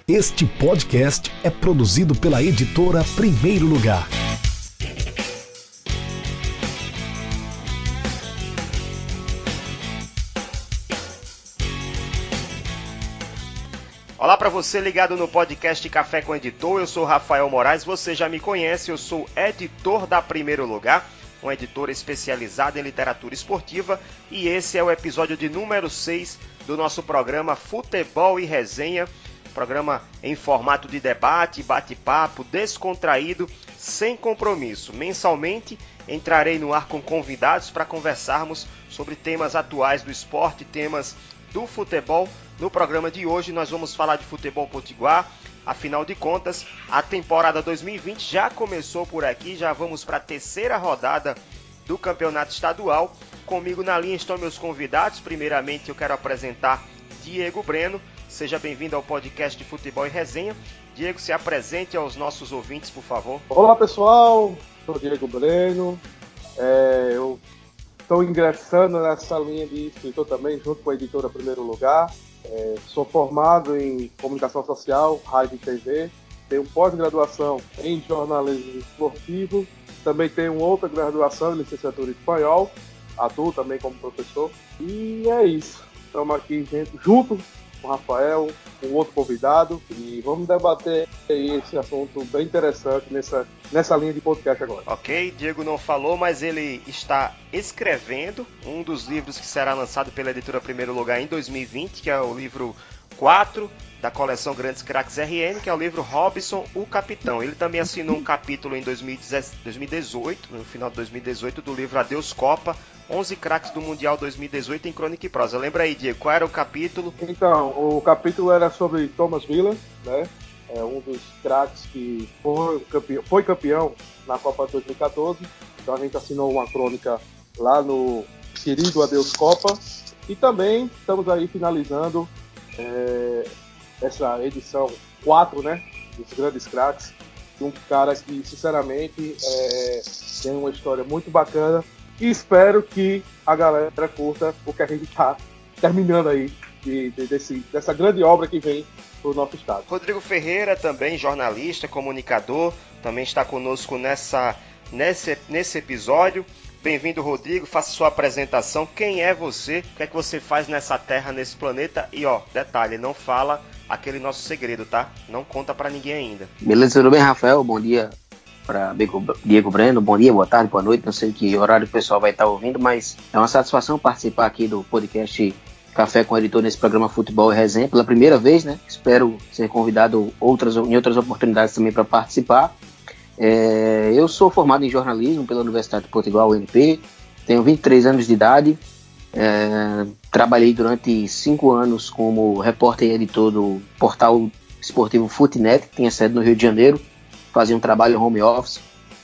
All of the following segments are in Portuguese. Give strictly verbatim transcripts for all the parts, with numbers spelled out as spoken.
Este podcast é produzido pela editora Primeiro Lugar. Olá para você ligado no podcast Café com Editor, eu sou Rafael Moraes, você já me conhece, eu sou editor da Primeiro Lugar, uma editora especializada em literatura esportiva, e esse é o episódio de número seis do nosso programa Futebol e Resenha, programa em formato de debate, bate-papo, descontraído, sem compromisso. Mensalmente entrarei no ar com convidados para conversarmos sobre temas atuais do esporte, temas do futebol. No programa de hoje nós vamos falar de futebol potiguar, afinal de contas a temporada dois mil e vinte já começou por aqui, já vamos para a terceira rodada do campeonato estadual. Comigo na linha estão meus convidados. Primeiramente eu quero apresentar Diego Breno. Seja bem-vindo ao podcast de Futebol e Resenha. Diego, se apresente aos nossos ouvintes, por favor. Olá, pessoal. Sou Diego Breno. É, eu estou ingressando nessa linha de escritor também, junto com a editora Primeiro Lugar. É, sou formado em comunicação social, rádio e T V. Tenho pós-graduação em jornalismo esportivo. Também tenho outra graduação em licenciatura em espanhol. Atuo também como professor. E é isso. Estamos aqui junto com o Rafael, com outro convidado, e vamos debater aí esse assunto bem interessante nessa, nessa linha de podcast agora. Ok, Diego não falou, mas ele está escrevendo um dos livros que será lançado pela editora Primeiro Lugar em dois mil e vinte, que é o livro quatro da coleção Grandes Craques R N, que é o livro Robson, o Capitão. Ele também assinou um capítulo em dois mil e dezoito, no final de dois mil e dezoito, do livro Adeus Copa, onze craques do Mundial dois mil e dezoito em crônica e prosa. Lembra aí, Diego, qual era o capítulo? Então, o capítulo era sobre Thomas Müller, né? É um dos craques que foi campeão, foi campeão na Copa dois mil e catorze. Então a gente assinou uma crônica lá no querido Adeus Copa. E também estamos aí finalizando é, essa edição quatro, né? Dos Grandes Craques. Um cara que, sinceramente, é, tem uma história muito bacana. E espero que a galera curta o que a gente está terminando aí de, de, desse, dessa grande obra que vem para o nosso estado. Rodrigo Ferreira, também jornalista, comunicador, também está conosco nessa, nesse, nesse episódio. Bem-vindo, Rodrigo, faça sua apresentação. Quem é você? O que é que você faz nessa terra, nesse planeta? E ó, detalhe, não fala aquele nosso segredo, tá? Não conta para ninguém ainda. Beleza, tudo bem, Rafael? Bom dia para Diego Breno, bom dia, boa tarde, boa noite, não sei que horário o pessoal vai estar ouvindo, mas é uma satisfação participar aqui do podcast Café com o Editor nesse programa Futebol e Resenha, pela primeira vez, né? Espero ser convidado outras, em outras oportunidades também para participar. É, eu sou formado em jornalismo pela Universidade de Portugal, U N P, tenho vinte e três anos de idade, é, trabalhei durante cinco anos como repórter e editor do portal esportivo Futinet, que tinha sede no Rio de Janeiro. Fazia um trabalho home office.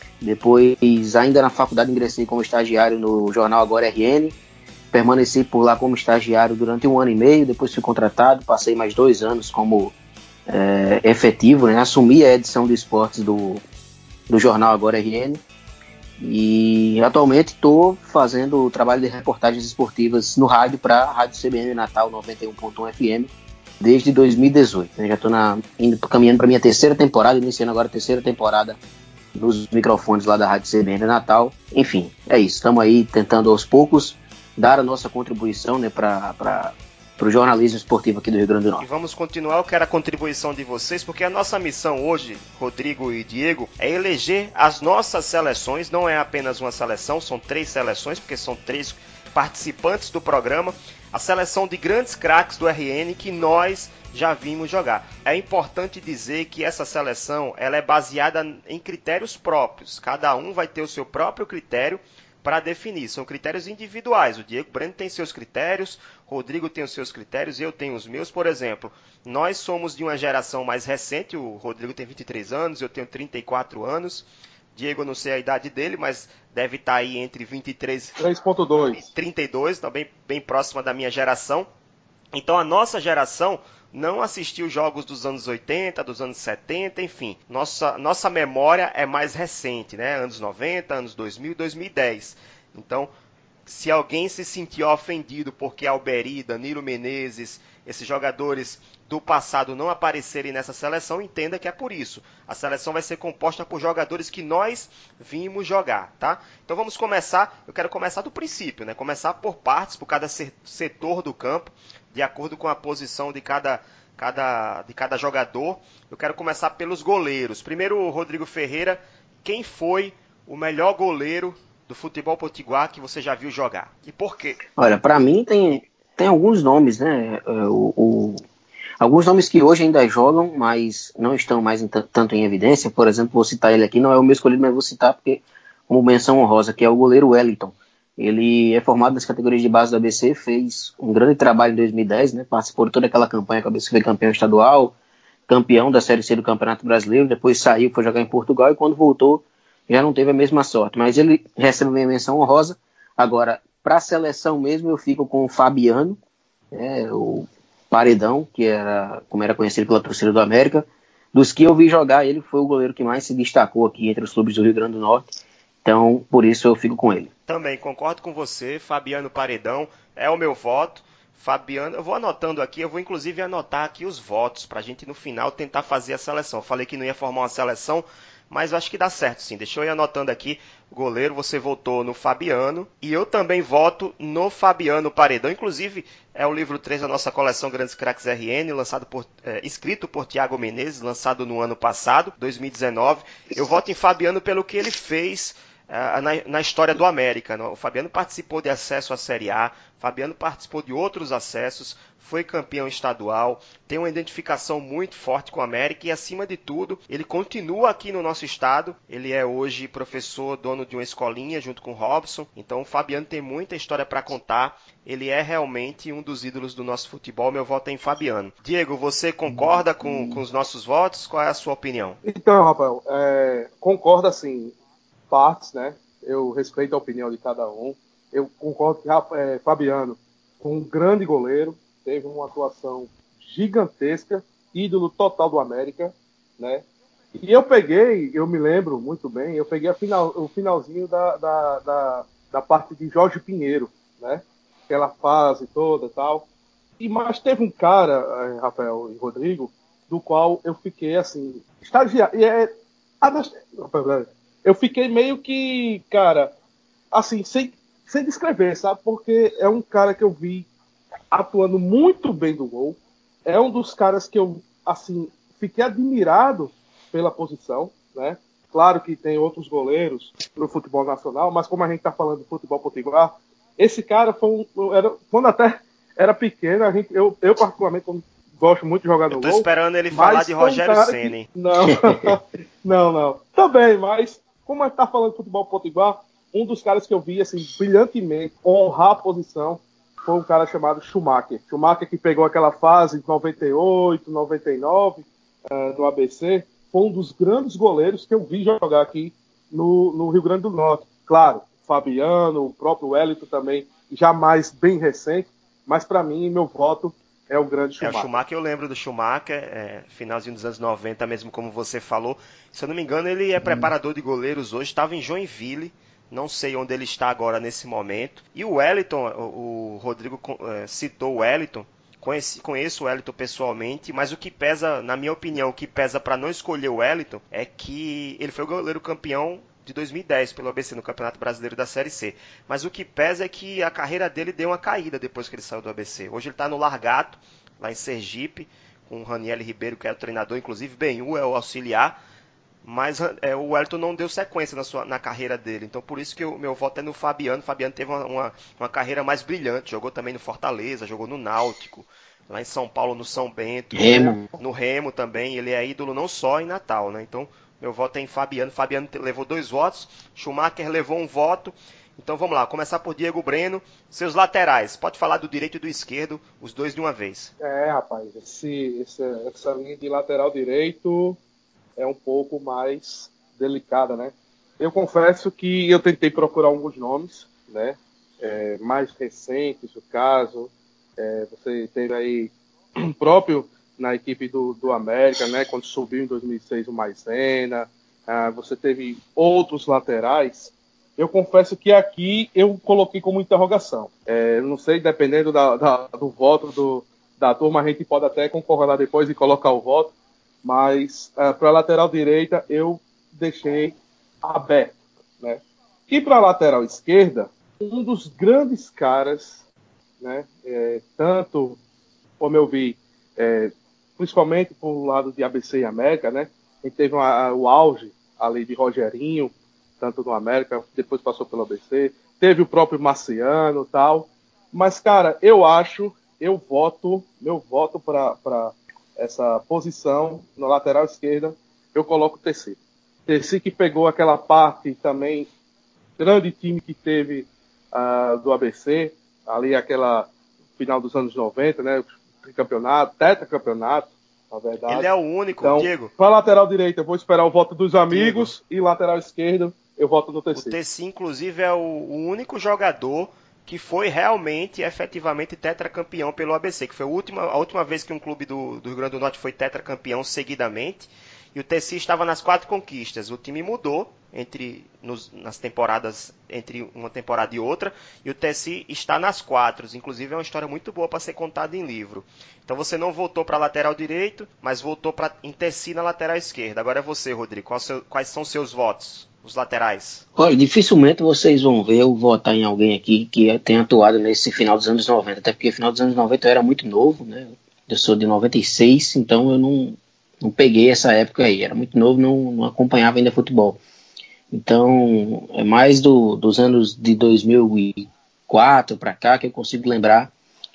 Depois, ainda na faculdade, ingressei como estagiário no jornal Agora R N. Permaneci por lá como estagiário durante um ano e meio. Depois fui contratado. Passei mais dois anos como é, efetivo, né? Assumi a edição de esportes do, do jornal Agora R N. E atualmente estou fazendo o trabalho de reportagens esportivas no rádio para a Rádio C B N Natal noventa e um ponto um F M. Desde dois mil e dezoito, né? Já estou indo caminhando para a minha terceira temporada, iniciando agora a terceira temporada nos microfones lá da Rádio C B N Natal. Enfim, é isso, estamos aí tentando aos poucos dar a nossa contribuição, né, para o jornalismo esportivo aqui do Rio Grande do Norte. E vamos continuar, eu quero a contribuição de vocês, porque a nossa missão hoje, Rodrigo e Diego, é eleger as nossas seleções. Não é apenas uma seleção, são três seleções, porque são três participantes do programa. A seleção de grandes craques do R N que nós já vimos jogar. É importante dizer que essa seleção ela é baseada em critérios próprios. Cada um vai ter o seu próprio critério para definir. São critérios individuais. O Diego Breno tem seus critérios, o Rodrigo tem os seus critérios, eu tenho os meus. Por exemplo, nós somos de uma geração mais recente. O Rodrigo tem vinte e três anos, eu tenho trinta e quatro anos. Diego, eu não sei a idade dele, mas deve estar aí entre vinte e três três ponto dois e trinta e dois, também bem próxima da minha geração. Então a nossa geração não assistiu jogos dos anos oitenta, dos anos setenta, enfim. Nossa, nossa memória é mais recente, né? Anos noventa, anos dois mil, dois mil e dez. Então, se alguém se sentir ofendido porque Alberi, Danilo Menezes, esses jogadores do passado não aparecerem nessa seleção, entenda que é por isso. A seleção vai ser composta por jogadores que nós vimos jogar, tá? Então vamos começar, eu quero começar do princípio, né? Começar por partes, por cada setor do campo, de acordo com a posição de cada, cada, de cada jogador. Eu quero começar pelos goleiros. Primeiro, Rodrigo Ferreira, quem foi o melhor goleiro do futebol potiguar que você já viu jogar? E por quê? Olha, para mim tem, tem alguns nomes, né? O, o, alguns nomes que hoje ainda jogam, mas não estão mais em t- tanto em evidência. Por exemplo, vou citar ele aqui, não é o meu escolhido, mas vou citar porque, como menção honrosa, que é o goleiro Wellington. Ele é formado nas categorias de base do A B C, fez um grande trabalho em dois mil e dez, né? Participou de toda aquela campanha, que a A B C foi campeão estadual, campeão da Série C do Campeonato Brasileiro, depois saiu, foi jogar em Portugal e quando voltou já não teve a mesma sorte, mas ele recebe uma menção honrosa. Agora, para a seleção mesmo, eu fico com o Fabiano, né, o Paredão, que era, como era conhecido pela torcida do América. Dos que eu vi jogar, ele foi o goleiro que mais se destacou aqui entre os clubes do Rio Grande do Norte. Então, por isso eu fico com ele. Também concordo com você, Fabiano Paredão é o meu voto. Fabiano, eu vou anotando aqui, eu vou inclusive anotar aqui os votos, para a gente no final tentar fazer a seleção. Eu falei que não ia formar uma seleção, mas eu acho que dá certo sim. Deixa eu ir anotando aqui. O goleiro, você votou no Fabiano. E eu também voto no Fabiano Paredão. Inclusive, é o livro três da nossa coleção Grandes Craques R N, lançado por, é, escrito por Thiago Menezes, lançado no ano passado, dois mil e dezenove. Eu voto em Fabiano pelo que ele fez uh, na, na história do América. O Fabiano participou de acesso à Série A. Fabiano participou de outros acessos, foi campeão estadual, tem uma identificação muito forte com o América e, acima de tudo, ele continua aqui no nosso estado. Ele é hoje professor, dono de uma escolinha junto com o Robson. Então o Fabiano tem muita história para contar. Ele é realmente um dos ídolos do nosso futebol. Meu voto é em Fabiano. Diego, você concorda com, com os nossos votos? Qual é a sua opinião? Então, Rafael, é, concordo assim, partes, né? Eu respeito a opinião de cada um. Eu concordo que é, Fabiano foi um grande goleiro, teve uma atuação gigantesca, ídolo total do América, né? E eu peguei, eu me lembro muito bem, eu peguei a final, o finalzinho da, da, da, da parte de Jorge Pinheiro, né? Aquela fase toda e tal. E, mas teve um cara, Rafael e Rodrigo, do qual eu fiquei assim, estagiário. E é, eu fiquei meio que, cara, assim, sem, sem descrever, sabe? Porque é um cara que eu vi atuando muito bem do gol. É um dos caras que eu, assim, fiquei admirado pela posição, né? Claro que tem outros goleiros no futebol nacional, mas como a gente está falando do futebol potiguar, esse cara foi um, era, quando até era pequeno, a gente, eu, eu particularmente gosto muito de jogar no eu tô gol. esperando ele falar de Rogério um Ceni. Que, não, não, não. Também, mas como a gente está falando de futebol potiguar, um dos caras que eu vi, assim, brilhantemente honrar a posição foi um cara chamado Schumacher. Schumacher que pegou aquela fase de noventa e oito, noventa e nove, uh, no A B C, foi um dos grandes goleiros que eu vi jogar aqui no, no Rio Grande do Norte. Claro, Fabiano, o próprio Wellington também, já mais bem recente, mas para mim, meu voto é o grande Schumacher. É, o Schumacher, eu lembro do Schumacher, é, finalzinho dos anos noventa, mesmo como você falou. Se eu não me engano, ele é preparador de goleiros hoje, estava em Joinville. Não sei onde ele está agora nesse momento. E o Wellington, o, o Rodrigo é, citou o Wellington. Conheci, conheço o Wellington pessoalmente, mas o que pesa, na minha opinião, o que pesa para não escolher o Wellington é que ele foi o goleiro campeão de dois mil e dez pelo A B C no Campeonato Brasileiro da Série C. Mas o que pesa é que a carreira dele deu uma caída depois que ele saiu do A B C. Hoje ele está no Largato, lá em Sergipe, com o Raniel Ribeiro, que é o treinador, inclusive Benhu é o auxiliar. Mas é, o Wellington não deu sequência na, sua, na carreira dele. Então por isso que o meu voto é no Fabiano. O Fabiano teve uma, uma, uma carreira mais brilhante. Jogou também no Fortaleza, jogou no Náutico, lá em São Paulo, no São Bento. Remo. No Remo também. Ele é ídolo não só em Natal, né? Então meu voto é em Fabiano. Fabiano levou dois votos. Schumacher levou um voto. Então vamos lá, começar por Diego Breno. Seus laterais, pode falar do direito e do esquerdo, os dois de uma vez. É, rapaz, esse, essa, essa linha de lateral direito é um pouco mais delicada, né? Eu confesso que eu tentei procurar alguns nomes, né? É, mais recentes, o caso. É, você teve aí o próprio na equipe do, do América, né? Quando subiu em dois mil e seis o Maisena. Ah, você teve outros laterais eu confesso que aqui eu coloquei como interrogação. É, não sei, dependendo da, da, do voto do, da turma, a gente pode até concordar depois e colocar o voto, mas é, para a lateral direita eu deixei aberto, né? E para a lateral esquerda, um dos grandes caras, né, é, tanto, como eu vi, é, principalmente por lado de A B C e América, né, a gente teve uma, o auge ali de Rogerinho, tanto no América, depois passou pelo A B C, teve o próprio Marciano e tal, mas, cara, eu acho, eu voto, meu voto para essa posição na lateral esquerda, eu coloco o T C. T C que pegou aquela parte também, grande time que teve uh, do A B C, ali aquela final dos anos noventa, né, campeonato, tetracampeonato, na verdade. Ele é o único, então, Diego. Para lateral direita, eu vou esperar o voto dos amigos, Diego. E lateral esquerdo, eu voto no T C. O T C, inclusive, é o, o único jogador que foi realmente, efetivamente, tetracampeão pelo A B C, que foi a última, a última vez que um clube do, do Rio Grande do Norte foi tetracampeão seguidamente, e o T C estava nas quatro conquistas. O time mudou entre nos, nas temporadas, entre uma temporada e outra, e o T C está nas quatro. Inclusive é uma história muito boa para ser contada em livro. Então você não voltou para lateral direito, mas voltou para em T C na lateral esquerda. Agora é você, Rodrigo. Quais, seu, quais são seus votos? Os laterais. Olha, dificilmente vocês vão ver eu votar em alguém aqui que tenha atuado nesse final dos anos noventa, até porque no final dos anos noventa eu era muito novo, né? Eu sou de noventa e seis, então eu não, não peguei essa época aí, era muito novo, não, não acompanhava ainda futebol. Então, é mais do, dos anos de dois mil e quatro para cá que eu consigo lembrar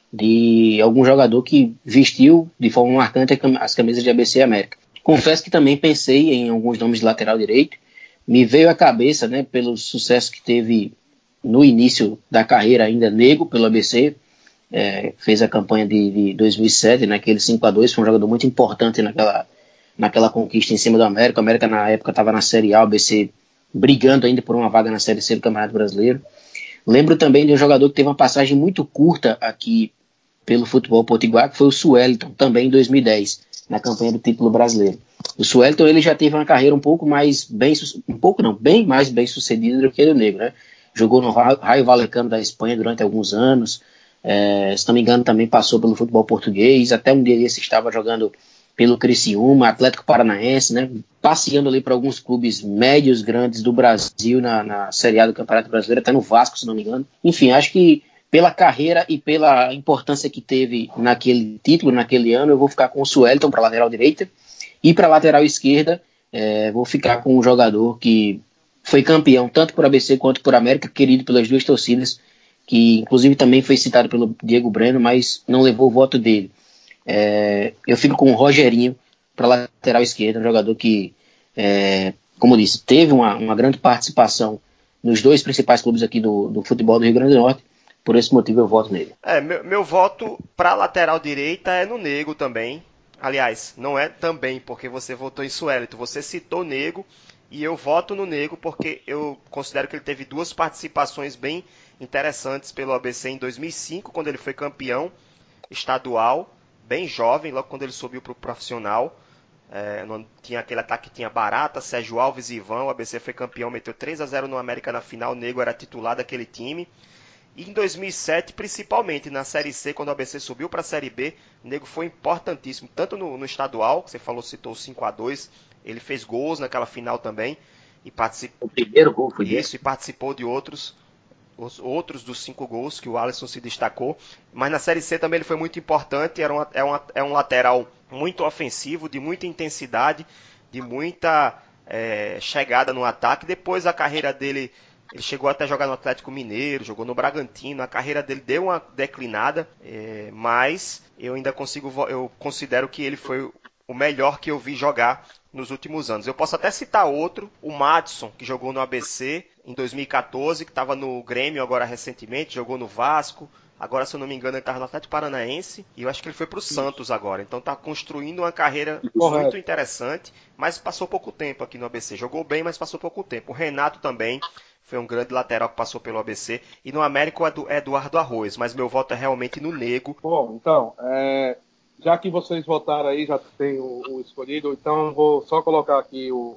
de algum jogador que vestiu de forma marcante as camisas de A B C e América. Confesso que também pensei em alguns nomes de lateral direito. Me veio à cabeça, né, pelo sucesso que teve no início da carreira ainda Nego pelo A B C, é, fez a campanha de, de dois mil e sete, naquele cinco a dois, foi um jogador muito importante naquela, naquela conquista em cima do América. O América na época estava na Série A, o A B C brigando ainda por uma vaga na Série C do Campeonato Brasileiro. Lembro também de um jogador que teve uma passagem muito curta aqui pelo futebol potiguar, que foi o Suelton, também em dois mil e dez, na campanha do título brasileiro. O Suelton, ele já teve uma carreira um pouco mais bem, um pouco não, bem mais bem sucedida do que o Negro, né? Jogou no Raio Vallecano da Espanha durante alguns anos, é, se não me engano também passou pelo futebol português, até um dia desse estava jogando pelo Criciúma, Atlético Paranaense, né? Passeando ali para alguns clubes médios, grandes do Brasil na, na Série A do Campeonato Brasileiro, até no Vasco, se não me engano. Enfim, acho que pela carreira e pela importância que teve naquele título, naquele ano, eu vou ficar com o Suelton para lateral direita. E para a lateral esquerda, é, vou ficar com um jogador que foi campeão tanto por A B C quanto por América, querido pelas duas torcidas, que inclusive também foi citado pelo Diego Breno, mas não levou o voto dele. É, eu fico com o Rogerinho para a lateral esquerda, um jogador que, é, como disse, teve uma, uma grande participação nos dois principais clubes aqui do, do futebol do Rio Grande do Norte. Por esse motivo eu voto nele. É, meu, meu voto para a lateral direita é no Nego também. Aliás, não é também porque você votou em Suelton, você citou Nego e eu voto no Nego porque eu considero que ele teve duas participações bem interessantes pelo A B C em dois mil e cinco, quando ele foi campeão estadual, bem jovem, logo quando ele subiu para o profissional. É, não tinha aquele ataque que tinha Barata, Sérgio Alves e Ivan, o A B C foi campeão, meteu três a zero no América na final, o Nego era titular daquele time. E em dois mil e sete, principalmente na Série C, quando o A B C subiu para a Série B, o Nego foi importantíssimo, tanto no, no estadual, que você falou, citou cinco a dois, ele fez gols naquela final também, e participou, o primeiro gol foi isso, e participou de outros, os outros dos cinco gols que o Alisson se destacou, mas na Série C também ele foi muito importante, era uma, é, uma, é um lateral muito ofensivo, de muita intensidade, de muita é, chegada no ataque. Depois a carreira dele, ele chegou até a jogar no Atlético Mineiro, jogou no Bragantino, a carreira dele deu uma declinada, é, mas eu ainda consigo, eu considero que ele foi o melhor que eu vi jogar nos últimos anos. Eu posso até citar outro, o Madison, que jogou no A B C em dois mil e catorze, que estava no Grêmio agora recentemente, jogou no Vasco, agora se eu não me engano ele estava no Atlético Paranaense, e eu acho que ele foi para o Santos agora, então está construindo uma carreira Correto. muito interessante, mas passou pouco tempo aqui no A B C, jogou bem, mas passou pouco tempo. O Renato também foi um grande lateral que passou pelo A B C, e no América o Eduardo Arroz, mas meu voto é realmente no Nego. Bom, então, é... já que vocês votaram aí, já tem o, o escolhido, então eu vou só colocar aqui o, o,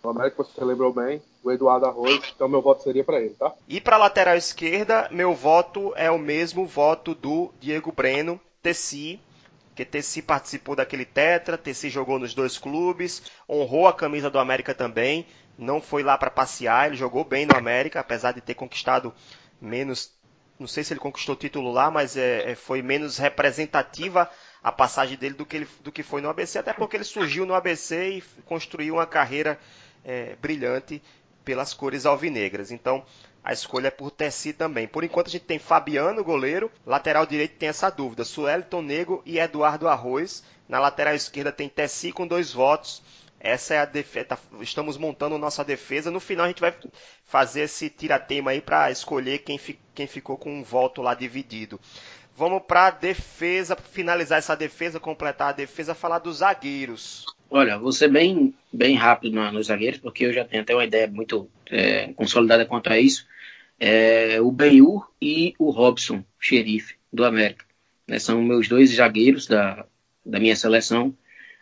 O América, você lembrou bem, o Eduardo Arroz, então meu voto seria para ele, tá? E para a lateral esquerda, meu voto é o mesmo voto do Diego Breno, Tessi, porque Tessi participou daquele tetra, Tessi jogou nos dois clubes, honrou a camisa do América também, não foi lá para passear, ele jogou bem no América, apesar de ter conquistado menos, não sei se ele conquistou o título lá, mas é, foi menos representativa a passagem dele do que, ele, do que foi no A B C, até porque ele surgiu no A B C e construiu uma carreira é, brilhante pelas cores alvinegras. Então, a escolha é por Tessi também. Por enquanto, a gente tem Fabiano, goleiro. Lateral direito tem essa dúvida. Suelton Nego e Eduardo Arroz. Na lateral esquerda tem Tessi com dois votos. Essa é a defesa. Estamos montando nossa defesa. No final, a gente vai fazer esse tira-teima aí para escolher quem, fi... quem ficou com um voto lá dividido. Vamos para a defesa, finalizar essa defesa, completar a defesa, falar dos zagueiros. Olha, vou ser bem, bem rápido no, nos zagueiros, porque eu já tenho até uma ideia muito é, consolidada quanto a isso. É, o Benhur e o Robson, xerife do América. Né, são meus dois zagueiros da, da minha seleção.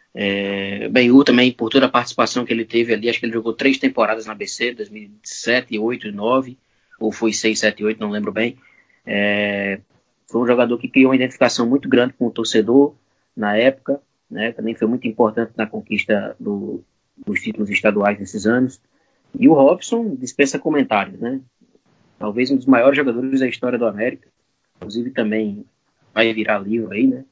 É, Benhur também, por toda a participação que ele teve ali, acho que ele jogou três temporadas na A B C, dois mil e sete, dois mil e oito e dois mil e nove, ou foi seis, sete e oito, não lembro bem. É, foi um jogador que criou uma identificação muito grande com o torcedor na época, né, também foi muito importante na conquista do, dos títulos estaduais nesses anos. E o Robson dispensa comentários, né? Talvez um dos maiores jogadores da história do América, inclusive também vai virar livro aí, né?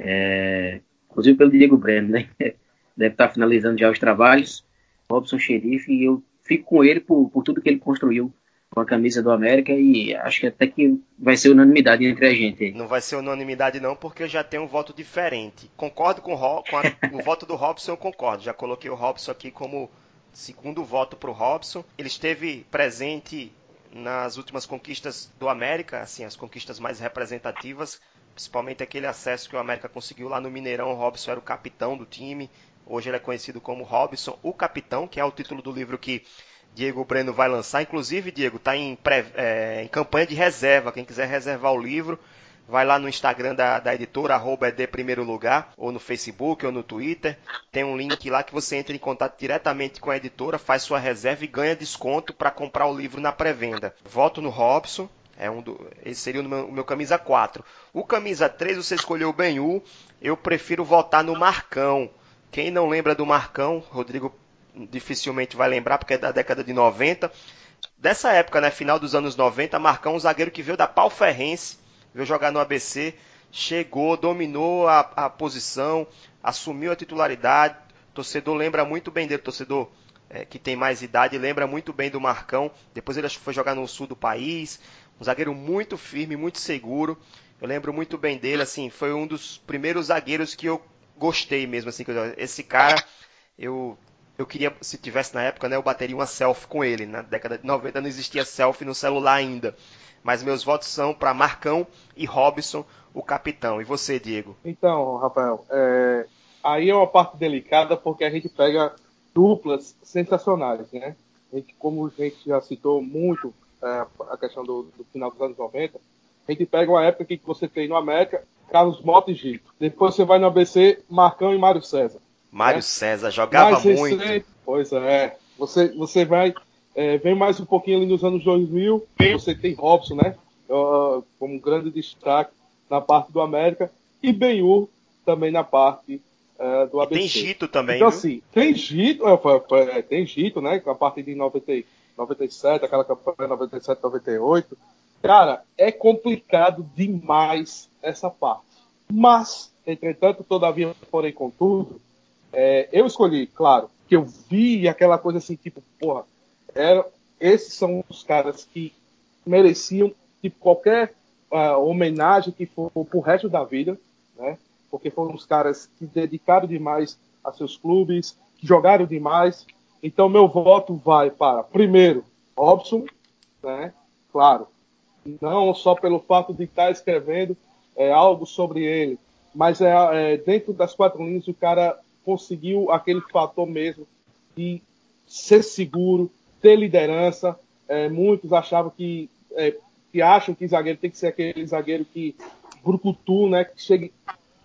É, inclusive pelo Diego Breno, né? Deve estar finalizando já os trabalhos. Robson xerife, e eu fico com ele por, por tudo que ele construiu com a camisa do América, e acho que até que vai ser unanimidade entre a gente. Não vai ser unanimidade não, porque eu já tenho um voto diferente. Concordo com, o, com a, o voto do Robson, eu concordo. Já coloquei o Robson aqui como segundo voto para o Robson. Ele esteve presente nas últimas conquistas do América, assim, as conquistas mais representativas, principalmente aquele acesso que o América conseguiu lá no Mineirão. O Robson era o capitão do time. Hoje ele é conhecido como Robson, o Capitão, que é o título do livro que Diego Breno vai lançar. Inclusive, Diego, está em, é, em campanha de reserva. Quem quiser reservar o livro, vai lá no Instagram da, da editora, arroba ed primeiro lugar, ou no Facebook, ou no Twitter. Tem um link lá que você entra em contato diretamente com a editora, faz sua reserva e ganha desconto para comprar o livro na pré-venda. Voto no Robson. É um do, esse seria o meu, o meu camisa quatro. O camisa três, você escolheu o Benhur. Eu prefiro votar no Marcão. Quem não lembra do Marcão, Rodrigo dificilmente vai lembrar, porque é da década de noventa. Dessa época, né, final dos anos noventa, Marcão, um zagueiro que veio da Palferrense, veio jogar no A B C, chegou, dominou a, a posição, assumiu a titularidade. O torcedor lembra muito bem dele, torcedor é, que tem mais idade, lembra muito bem do Marcão. Depois ele foi jogar no sul do país, um zagueiro muito firme, muito seguro. Eu lembro muito bem dele, assim, foi um dos primeiros zagueiros que eu gostei mesmo, assim, esse cara, eu... Eu queria, se tivesse na época, né, eu bateria uma selfie com ele. Na década de noventa não existia selfie no celular ainda. Mas meus votos são para Marcão e Robson, o capitão. E você, Diego? Então, Rafael, é... aí é uma parte delicada, porque a gente pega duplas sensacionais, né? A gente, como a gente já citou muito é, a questão do, do final dos anos noventa, a gente pega uma época que você tem no América, Carlos Mota e Gito. Depois você vai no A B C, Marcão e Mário César. Mário é. César jogava mais muito. Recente, pois é. Você, você vai, é, vem mais um pouquinho ali nos anos dois mil, você tem Robson, né? Uh, como um grande destaque na parte do América, e Benhur também na parte uh, do A B C. E tem Gito também, então, viu? Assim, tem Gito, é, tem Gito, né? A partir de noventa, noventa e sete, aquela campanha noventa e sete, noventa e oito. Cara, é complicado demais essa parte. Mas, entretanto, todavia, porém, contudo, É, eu escolhi, claro, que eu vi aquela coisa assim, tipo, porra, era, esses são os caras que mereciam tipo, qualquer uh, homenagem que for pro resto da vida, né? Porque foram os caras que dedicaram demais a seus clubes, que jogaram demais. Então, meu voto vai para, primeiro, Robson, né? Claro, não só pelo fato de estar escrevendo é, algo sobre ele, mas é, é dentro das quatro linhas o cara conseguiu aquele fator mesmo de ser seguro, ter liderança. É, muitos achavam que, é, que acham que zagueiro tem que ser aquele zagueiro que brucutu, né, que chegue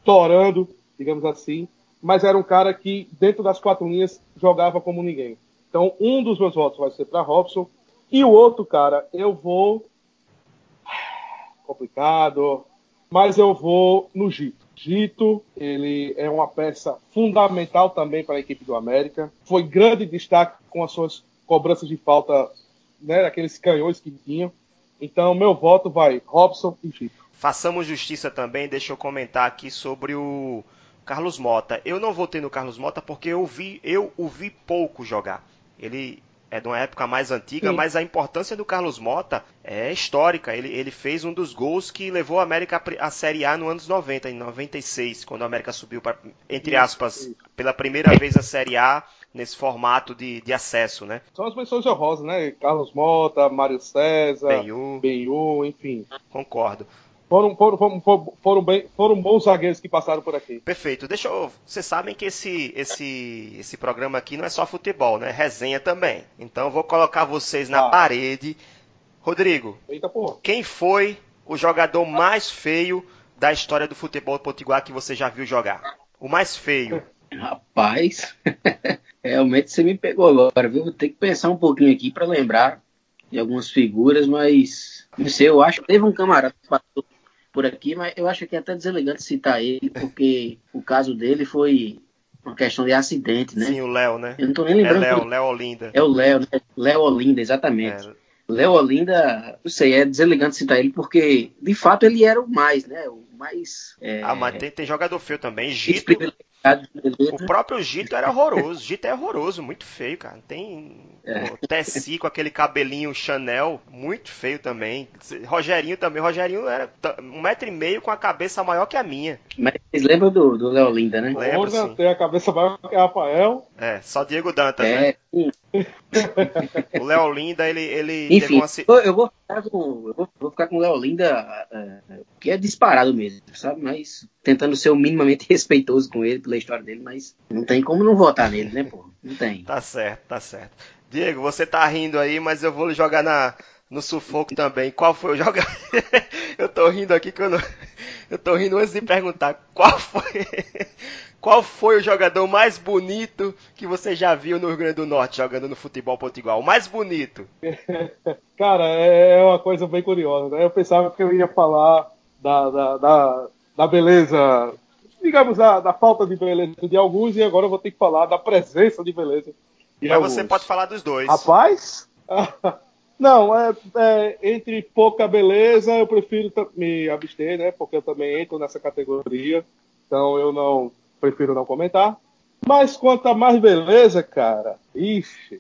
torando, digamos assim. Mas era um cara que, dentro das quatro linhas, jogava como ninguém. Então, um dos meus votos vai ser para Robson. E o outro, cara, eu vou... Complicado, mas eu vou no Gito. Gito, ele é uma peça fundamental também para a equipe do América. Foi grande destaque com as suas cobranças de falta, né, aqueles canhões que tinham. Então, meu voto vai Robson e Gito. Façamos justiça também, deixa eu comentar aqui sobre o Carlos Mota. Eu não votei no Carlos Mota porque eu, vi, eu o vi pouco jogar. Ele é de uma época mais antiga, Sim. mas a importância do Carlos Mota é histórica. Ele, ele fez um dos gols que levou a América à Série A nos anos noventa, em noventa e seis, quando a América subiu, pra, entre aspas, pela primeira vez a Série A nesse formato de, de acesso, né? São as menções honrosas, né? Carlos Mota, Mário César, Benhu, Benhu, enfim. Concordo. Foram, foram, foram, foram, bem, foram bons zagueiros que passaram por aqui. Perfeito. Deixa eu... Vocês sabem que esse, esse, esse programa aqui não é só futebol, né? Resenha também. Então eu vou colocar vocês na ah. parede. Rodrigo, Eita, porra. Quem foi o jogador mais feio da história do futebol potiguar que você já viu jogar? O mais feio. Rapaz, realmente você me pegou agora, viu? Vou ter que pensar um pouquinho aqui para lembrar de algumas figuras, mas não sei, eu acho que teve um camarada que passou por aqui, mas eu acho que é até deselegante citar ele, porque o caso dele foi uma questão de acidente, né? Sim, o Léo, né? Eu não tô nem lembrando. É Léo, Léo Olinda. É o Léo, né? Léo Olinda, exatamente. É. Léo Olinda, não sei, é deselegante citar ele, porque de fato ele era o mais, né? O mais... É... Ah, mas tem, tem jogador feio também. Gito... O próprio Gito era horroroso. Gito é horroroso, muito feio, cara. Tem é. o Tessi com aquele cabelinho Chanel, muito feio também. Rogerinho também. Rogerinho era um metro e meio com a cabeça maior que a minha. Mas vocês lembram do, do Léo Olinda, né? Lembro, sim. Tem a cabeça maior que a Rafael. É, só Diego Dantas, é, né? Sim. O Léo Olinda, ele... ele Enfim, uma... eu, vou ficar com, eu vou, vou ficar com o Léo Olinda, é, que é disparado mesmo, sabe? Mas tentando ser o minimamente respeitoso com ele, pela história dele, mas não tem como não votar nele, né, pô? Não tem. Tá certo, tá certo. Diego, você tá rindo aí, mas eu vou jogar na, no sufoco também. Qual foi o jogador? Eu tô rindo aqui que eu não... Eu tô rindo antes de perguntar qual foi... Qual foi o jogador mais bonito que você já viu no Rio Grande do Norte jogando no futebol potiguar? O mais bonito? Cara, é uma coisa bem curiosa, né? Eu pensava que eu ia falar da, da, da, da beleza, digamos, da, da falta de beleza de alguns, e agora eu vou ter que falar da presença de beleza de Mas alguns. Você pode falar dos dois. Rapaz, não, é, é, entre pouca beleza eu prefiro me abster, né? Porque eu também entro nessa categoria, então eu não... prefiro não comentar. Mas quanto a mais beleza, cara, ixi,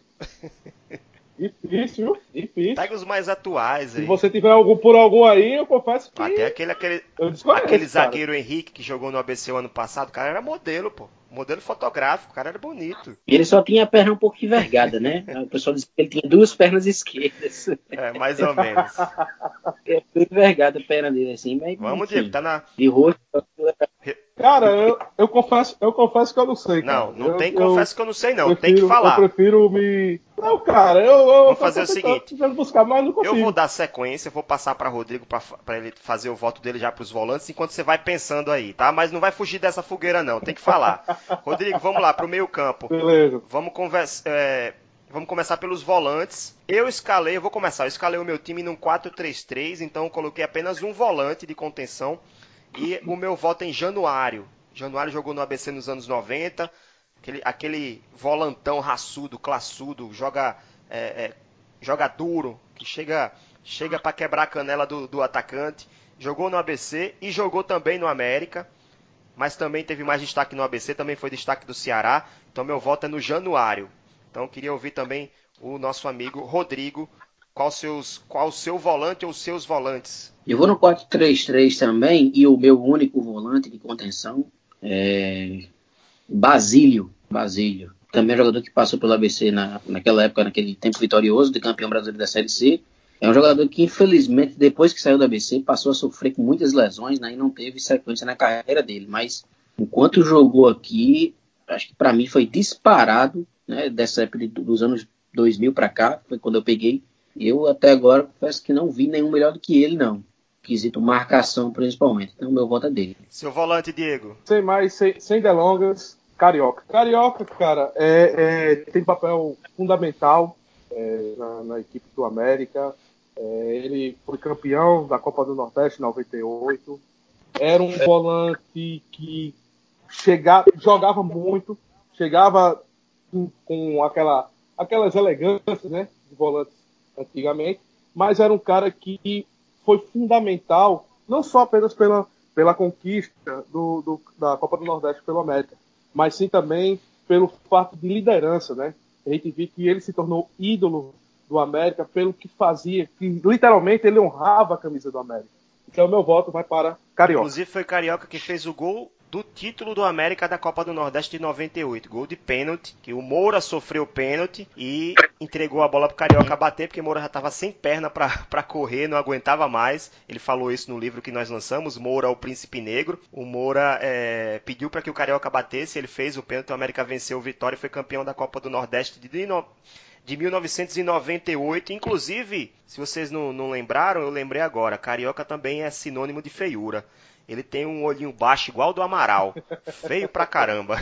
difícil, difícil. Pega os mais atuais aí. Se você tiver algum por algum aí, eu confesso que... Até aquele, aquele, desconheço, aquele zagueiro Henrique que jogou no A B C o ano passado, o cara era modelo, pô. Modelo fotográfico, o cara era bonito. Ele só tinha a perna um pouco envergada, né? O pessoal disse que ele tinha duas pernas esquerdas. É, mais ou menos. É bem envergada a perna dele, assim, mas... Vamos, Diego, tá na... De rosto... Cara, eu, eu, confesso, eu confesso que eu não sei, cara. Não, não eu, tem eu, confesso que eu não sei, não. Prefiro, tem que falar. Eu prefiro me... Não, cara, eu... eu Vamos fazer o seguinte. Buscar, mas não eu vou dar sequência, eu vou passar para Rodrigo para ele fazer o voto dele já para os volantes, enquanto você vai pensando aí, tá? Mas não vai fugir dessa fogueira, não. Tem que falar. Rodrigo, vamos lá, pro meio campo. Beleza. Vamos conversar... É... Vamos começar pelos volantes. Eu escalei, eu vou começar, eu escalei o meu time num quatro três três, então eu coloquei apenas um volante de contenção e o meu voto é em Januário. Januário jogou no A B C nos anos noventa, aquele, aquele volantão raçudo, classudo, joga, é, é, joga duro, que chega, chega para quebrar a canela do, do atacante. Jogou no A B C e jogou também no América, mas também teve mais destaque no A B C, também foi destaque do Ceará, então meu voto é no Januário. Então, queria ouvir também o nosso amigo Rodrigo. Qual, seus, qual o seu volante ou os seus volantes? Eu vou no quatro três três também. E o meu único volante de contenção é Basílio. Basílio. Também é um jogador que passou pelo A B C na, naquela época, naquele tempo vitorioso de campeão brasileiro da Série C. É um jogador que, infelizmente, depois que saiu do A B C, passou a sofrer com muitas lesões, né, e não teve sequência na carreira dele. Mas, enquanto jogou aqui, acho que para mim foi disparado, né, dessa época dos anos dois mil para cá, foi quando eu peguei. Eu até agora confesso que não vi nenhum melhor do que ele, não. Quesito marcação, principalmente. Então, meu voto é dele. Seu volante, Diego. Sem mais, sem, sem delongas, Carioca. Carioca, cara, é, é, tem papel fundamental é, na, na equipe do América. É, ele foi campeão da Copa do Nordeste em noventa e oito. Era um volante que chegava, jogava muito, chegava com, com aquela, aquelas elegâncias, né, de volantes antigamente, mas era um cara que foi fundamental, não só apenas pela, pela conquista do, do, da Copa do Nordeste pelo América, mas sim também pelo fato de liderança, né? A gente viu que ele se tornou ídolo do América pelo que fazia, que literalmente ele honrava a camisa do América. Então meu voto vai para Carioca. Inclusive foi Carioca que fez o gol do título do América da Copa do Nordeste de noventa e oito. Gol de pênalti, que o Moura sofreu pênalti e entregou a bola pro Carioca bater, porque o Moura já estava sem perna para correr, não aguentava mais. Ele falou isso no livro que nós lançamos, Moura, o Príncipe Negro. O Moura é, pediu para que o Carioca batesse, ele fez o pênalti, o América venceu o Vitória e foi campeão da Copa do Nordeste de, no... de mil novecentos e noventa e oito. Inclusive, se vocês não, não lembraram, eu lembrei agora, Carioca também é sinônimo de feiura. Ele tem um olhinho baixo igual do Amaral. Feio pra caramba.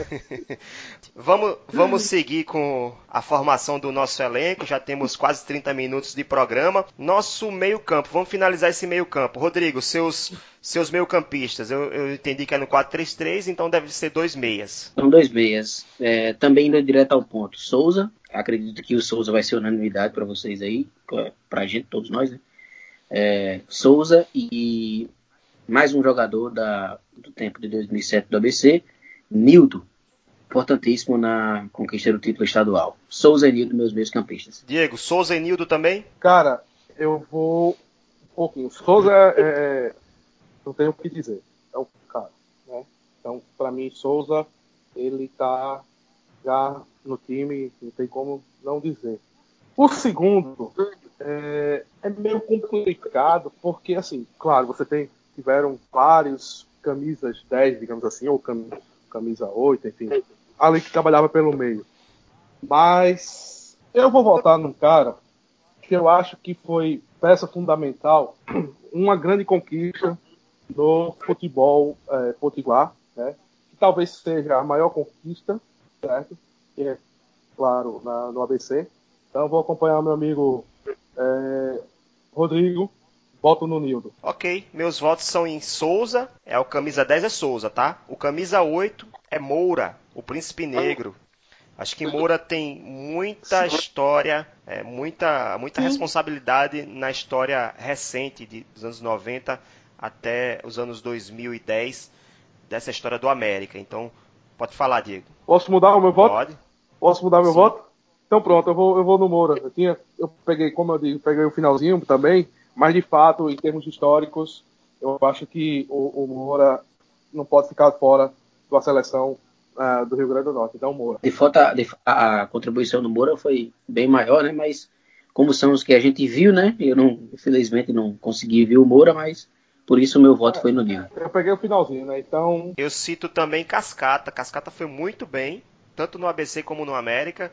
vamos, vamos seguir com a formação do nosso elenco. Já temos quase trinta minutos de programa. Nosso meio-campo. Vamos finalizar esse meio-campo. Rodrigo, seus, seus meio-campistas. Eu, eu entendi que é no quatro três três, então deve ser dois meias. São dois meias. É, também indo direto ao ponto. Souza. Acredito que o Souza vai ser unanimidade para vocês aí. Pra gente, todos nós, né? É, Souza e... mais um jogador da, do tempo de dois mil e sete do A B C, Nildo, importantíssimo na conquista do título estadual. Souza e Nildo, meus meios campistas. Diego, Souza e Nildo também? Cara, eu vou um pouquinho. Souza, é, não tenho o que dizer. É um cara, né? Então, para mim, Souza, ele tá já no time, não tem como não dizer. O segundo, é, é meio complicado, porque, assim, claro, você tem tiveram vários camisas dez, digamos assim, ou camisa oito, enfim, ali que trabalhava pelo meio. Mas eu vou votar num cara que eu acho que foi peça fundamental, uma grande conquista no futebol é, potiguar, né? Que talvez seja a maior conquista, certo? Que é, claro, na, no A B C. Então eu vou acompanhar meu amigo é, Rodrigo. Voto no Nildo. Ok, meus votos são em Souza, é o camisa dez é Souza, tá? O camisa oito é Moura, o Príncipe Negro. Acho que Moura tem muita história, é, muita, muita responsabilidade na história recente de, dos anos noventa até os anos dois mil e dez, dessa história do América. Então, pode falar, Diego. Posso mudar o meu voto? Pode. Posso mudar meu Sim. voto? Então pronto, eu vou, eu vou no Moura. Eu, tinha, eu peguei, como eu digo, peguei o finalzinho também. Mas, de fato, em termos históricos, eu acho que o, o Moura não pode ficar fora da seleção uh, do Rio Grande do Norte. Então, Moura. De fato, a, a, a contribuição do Moura foi bem maior, né? Mas, como são os que a gente viu, né? Eu, não, infelizmente, não consegui ver o Moura, mas por isso o meu voto é, foi no Nil. Eu peguei o finalzinho, né? Então... Eu cito também Cascata. Cascata foi muito bem, tanto no A B C como no América.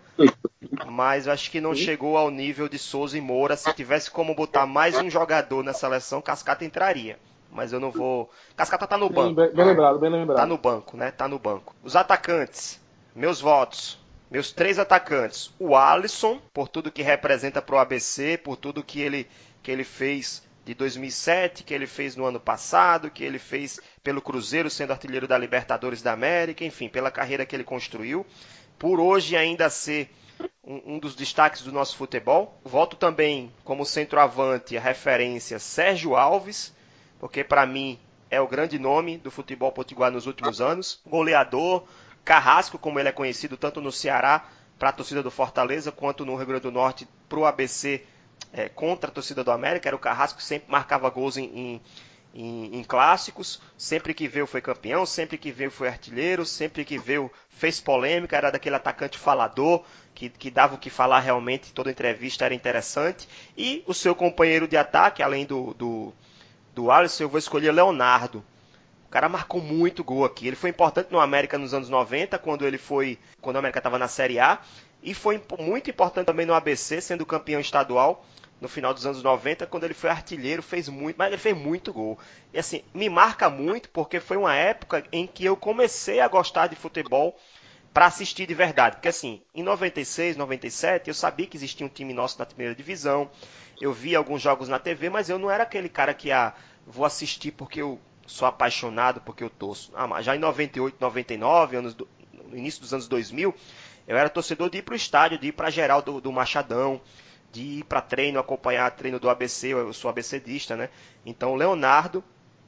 Mas acho que não Sim. chegou ao nível de Souza e Moura. Se tivesse como botar mais um jogador na seleção, Cascata entraria. Mas eu não vou... Cascata tá no banco. Bem, bem lembrado, bem lembrado. Tá no banco, né? Tá no banco. Os atacantes. Meus votos. Meus três atacantes. O Alisson, por tudo que representa pro A B C, por tudo que ele, que ele fez de dois mil e sete, que ele fez no ano passado, que ele fez pelo Cruzeiro, sendo artilheiro da Libertadores da América, enfim, pela carreira que ele construiu. Por hoje ainda ser um, um dos destaques do nosso futebol. Voto também como centroavante a referência Sérgio Alves, porque para mim é o grande nome do futebol potiguar nos últimos anos. Goleador, carrasco, como ele é conhecido tanto no Ceará para a torcida do Fortaleza, quanto no Rio Grande do Norte para o A B C é, contra a torcida do América. Era o carrasco que sempre marcava gols em, em Em, em clássicos, sempre que veio foi campeão, sempre que veio foi artilheiro, sempre que veio fez polêmica, era daquele atacante falador, que, que dava o que falar realmente, toda entrevista era interessante. E o seu companheiro de ataque, além do, do, do Alisson, eu vou escolher Leonardo. O cara marcou muito gol aqui, ele foi importante no América nos anos noventa, quando ele foi, quando o América estava na Série A, e foi muito importante também no A B C, sendo campeão estadual, no final dos anos noventa, quando ele foi artilheiro, fez muito, mas ele fez muito gol. E assim, me marca muito, porque foi uma época em que eu comecei a gostar de futebol para assistir de verdade. Porque assim, em noventa e seis, noventa e sete, eu sabia que existia um time nosso na primeira divisão, eu via alguns jogos na T V, mas eu não era aquele cara que ah, vou assistir porque eu sou apaixonado, porque eu torço. Ah, já em noventa e oito, noventa e nove, anos do, no início dos anos dois mil, eu era torcedor de ir para o estádio, de ir para a geral do, do Machadão, de ir para treino, acompanhar treino do A B C, eu sou ABCdista, né? Então o Leonardo,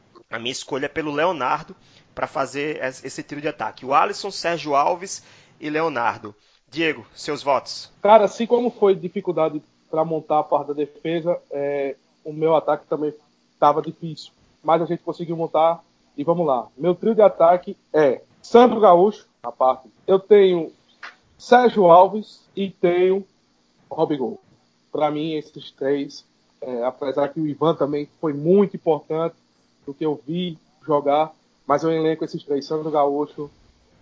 a minha escolha é pelo Leonardo para fazer esse trio de ataque. O Alisson, Sérgio Alves e Leonardo. Diego, seus votos. Cara, assim como foi dificuldade para montar a parte da defesa, é, o meu ataque também estava difícil. Mas a gente conseguiu montar e vamos lá. Meu trio de ataque é Sandro Gaúcho, na parte. Eu tenho Sérgio Alves e tenho Robigol. Para mim, esses três, é, apesar que o Ivan também foi muito importante do que eu vi jogar, mas eu elenco esses três, Sandro Gaúcho,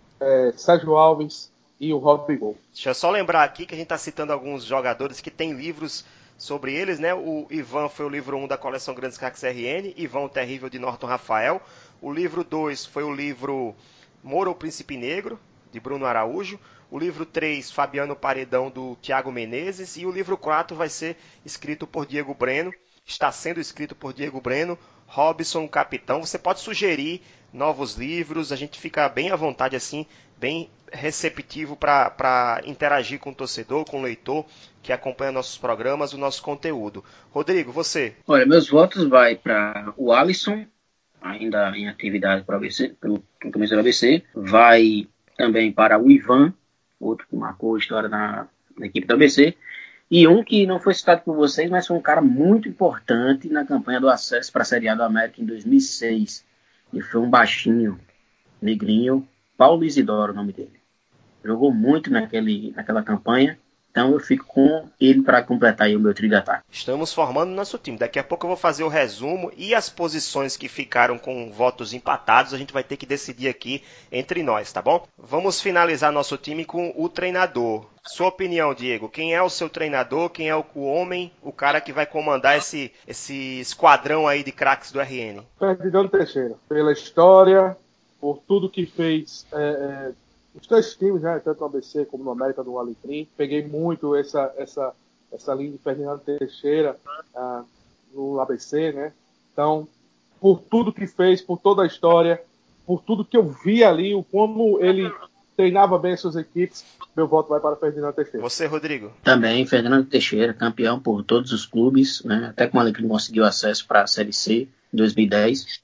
é, Sérgio Alves e o Robigol. Deixa eu só lembrar aqui que a gente está citando alguns jogadores que têm livros sobre eles, né? O Ivan foi o livro um da coleção Grandes Craques R N, Ivan o Terrível de Norton Rafael. O livro dois foi o livro Moro o Príncipe Negro, de Bruno Araújo. O livro três, Fabiano Paredão, do Tiago Menezes. E o livro quatro vai ser escrito por Diego Breno, está sendo escrito por Diego Breno, Robson, o Capitão. Você pode sugerir novos livros, a gente fica bem à vontade, assim, bem receptivo para interagir com o torcedor, com o leitor que acompanha nossos programas, o nosso conteúdo. Rodrigo, você? Olha, meus votos vai para o Alisson, ainda em atividade para o A B C, pelo começo do A B C. Vai também para o Ivan, outro que marcou a história na, na equipe do A B C. E um que não foi citado por vocês, mas foi um cara muito importante na campanha do acesso para a Série A do América em dois mil e seis. E foi um baixinho, negrinho, Paulo Isidoro, o nome dele. Jogou muito naquele, naquela campanha, então eu fico com ele para completar aí o meu trio de ataque. Estamos formando o nosso time. Daqui a pouco eu vou fazer o resumo e as posições que ficaram com votos empatados, a gente vai ter que decidir aqui entre nós, tá bom? Vamos finalizar nosso time com o treinador. Sua opinião, Diego, quem é o seu treinador, quem é o, o homem, o cara que vai comandar esse, esse esquadrão aí de craques do R N? Ferdinando Teixeira, pela história, por tudo que fez... É, é... Os três times, né, tanto no A B C como no América do Alecrim, peguei muito essa, essa, essa linha de Ferdinando Teixeira ah, no A B C, né? Então, por tudo que fez, por toda a história, por tudo que eu vi ali, o como ele treinava bem as suas equipes, meu voto vai para Ferdinando Teixeira. Você, Rodrigo? Também, Ferdinando Teixeira, campeão por todos os clubes, né? Até com o Alecrim conseguiu acesso para a Série C em dois mil e dez.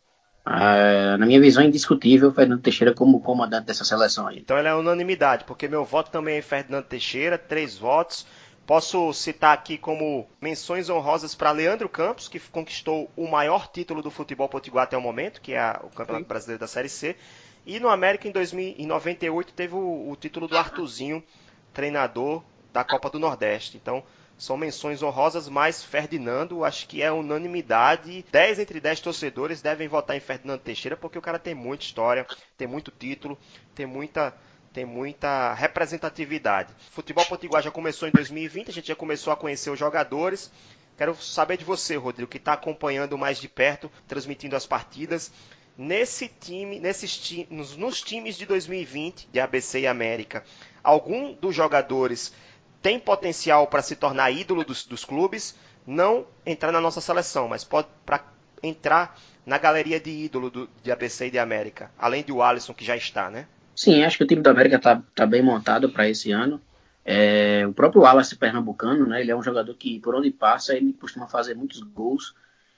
Uh, na minha visão é indiscutível o Ferdinando Teixeira como comandante dessa seleção aí. Então ela é unanimidade, porque meu voto também é Ferdinando Teixeira, três votos. Posso citar aqui como menções honrosas para Leandro Campos, que conquistou o maior título do futebol potiguar até o momento, que é o Campeonato Sim. Brasileiro da Série C. E no América em, dois mil, em noventa e oito teve o, o título do Artuzinho, treinador da Copa do Nordeste. Então são menções honrosas, mas Ferdinando, acho que é unanimidade. dez entre dez torcedores devem votar em Ferdinando Teixeira, porque o cara tem muita história, tem muito título, tem muita, tem muita representatividade. O futebol potiguar já começou em dois mil e vinte, a gente já começou a conhecer os jogadores. Quero saber de você, Rodrigo, que está acompanhando mais de perto, transmitindo as partidas. Nesse time, nesses, nos, nos times de dois mil e vinte, de A B C e América, algum dos jogadores tem potencial para se tornar ídolo dos, dos clubes, não entrar na nossa seleção, mas pode para entrar na galeria de ídolo do, de A B C e de América, além do Alisson, que já está, né? Sim, acho que o time do América está tá bem montado para esse ano. É, o próprio Wallace pernambucano, né, ele é um jogador que, por onde passa, ele costuma fazer muitos gols,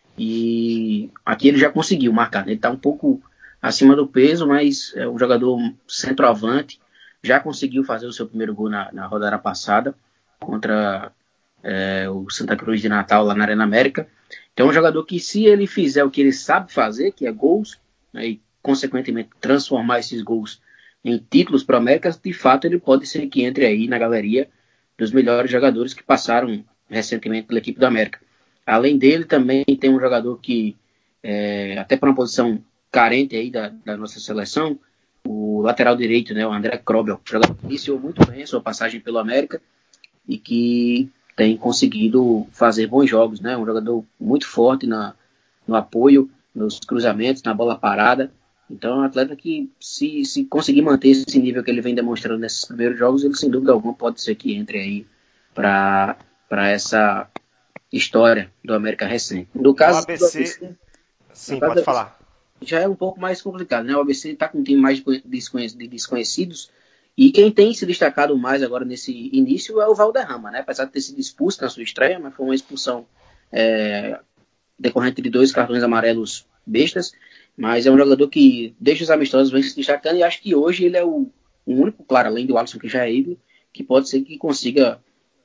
e aqui ele já conseguiu marcar, né? Ele está um pouco acima do peso, mas é um jogador centroavante. Já conseguiu fazer o seu primeiro gol na, na rodada passada contra é, o Santa Cruz de Natal lá na Arena América. Então é um jogador que, se ele fizer o que ele sabe fazer, que é gols, né, e consequentemente transformar esses gols em títulos para o América, de fato ele pode ser que entre aí na galeria dos melhores jogadores que passaram recentemente pela equipe do América. Além dele também tem um jogador que, é, até para uma posição carente aí da, da nossa seleção, o lateral direito, né, o André Krobel, jogador que iniciou muito bem a sua passagem pelo América e que tem conseguido fazer bons jogos, né, um jogador muito forte na, no apoio, nos cruzamentos, na bola parada, Então é um atleta que, se, se conseguir manter esse nível que ele vem demonstrando nesses primeiros jogos, ele sem dúvida alguma pode ser que entre aí para essa história do América recente. No caso o A B C, do A B C sim, pode falar. Já é um pouco mais complicado, né? O A B C está com um time mais de desconhecidos, e quem tem se destacado mais agora nesse início é o Valderrama, né? Apesar de ter sido expulso na sua estreia, mas foi uma expulsão é, decorrente de dois cartões amarelos bestas, mas é um jogador que deixa os amistosos, vem se destacando, e acho que hoje ele é o, o único, claro, além do Alisson, que já é ídolo, que pode ser que consiga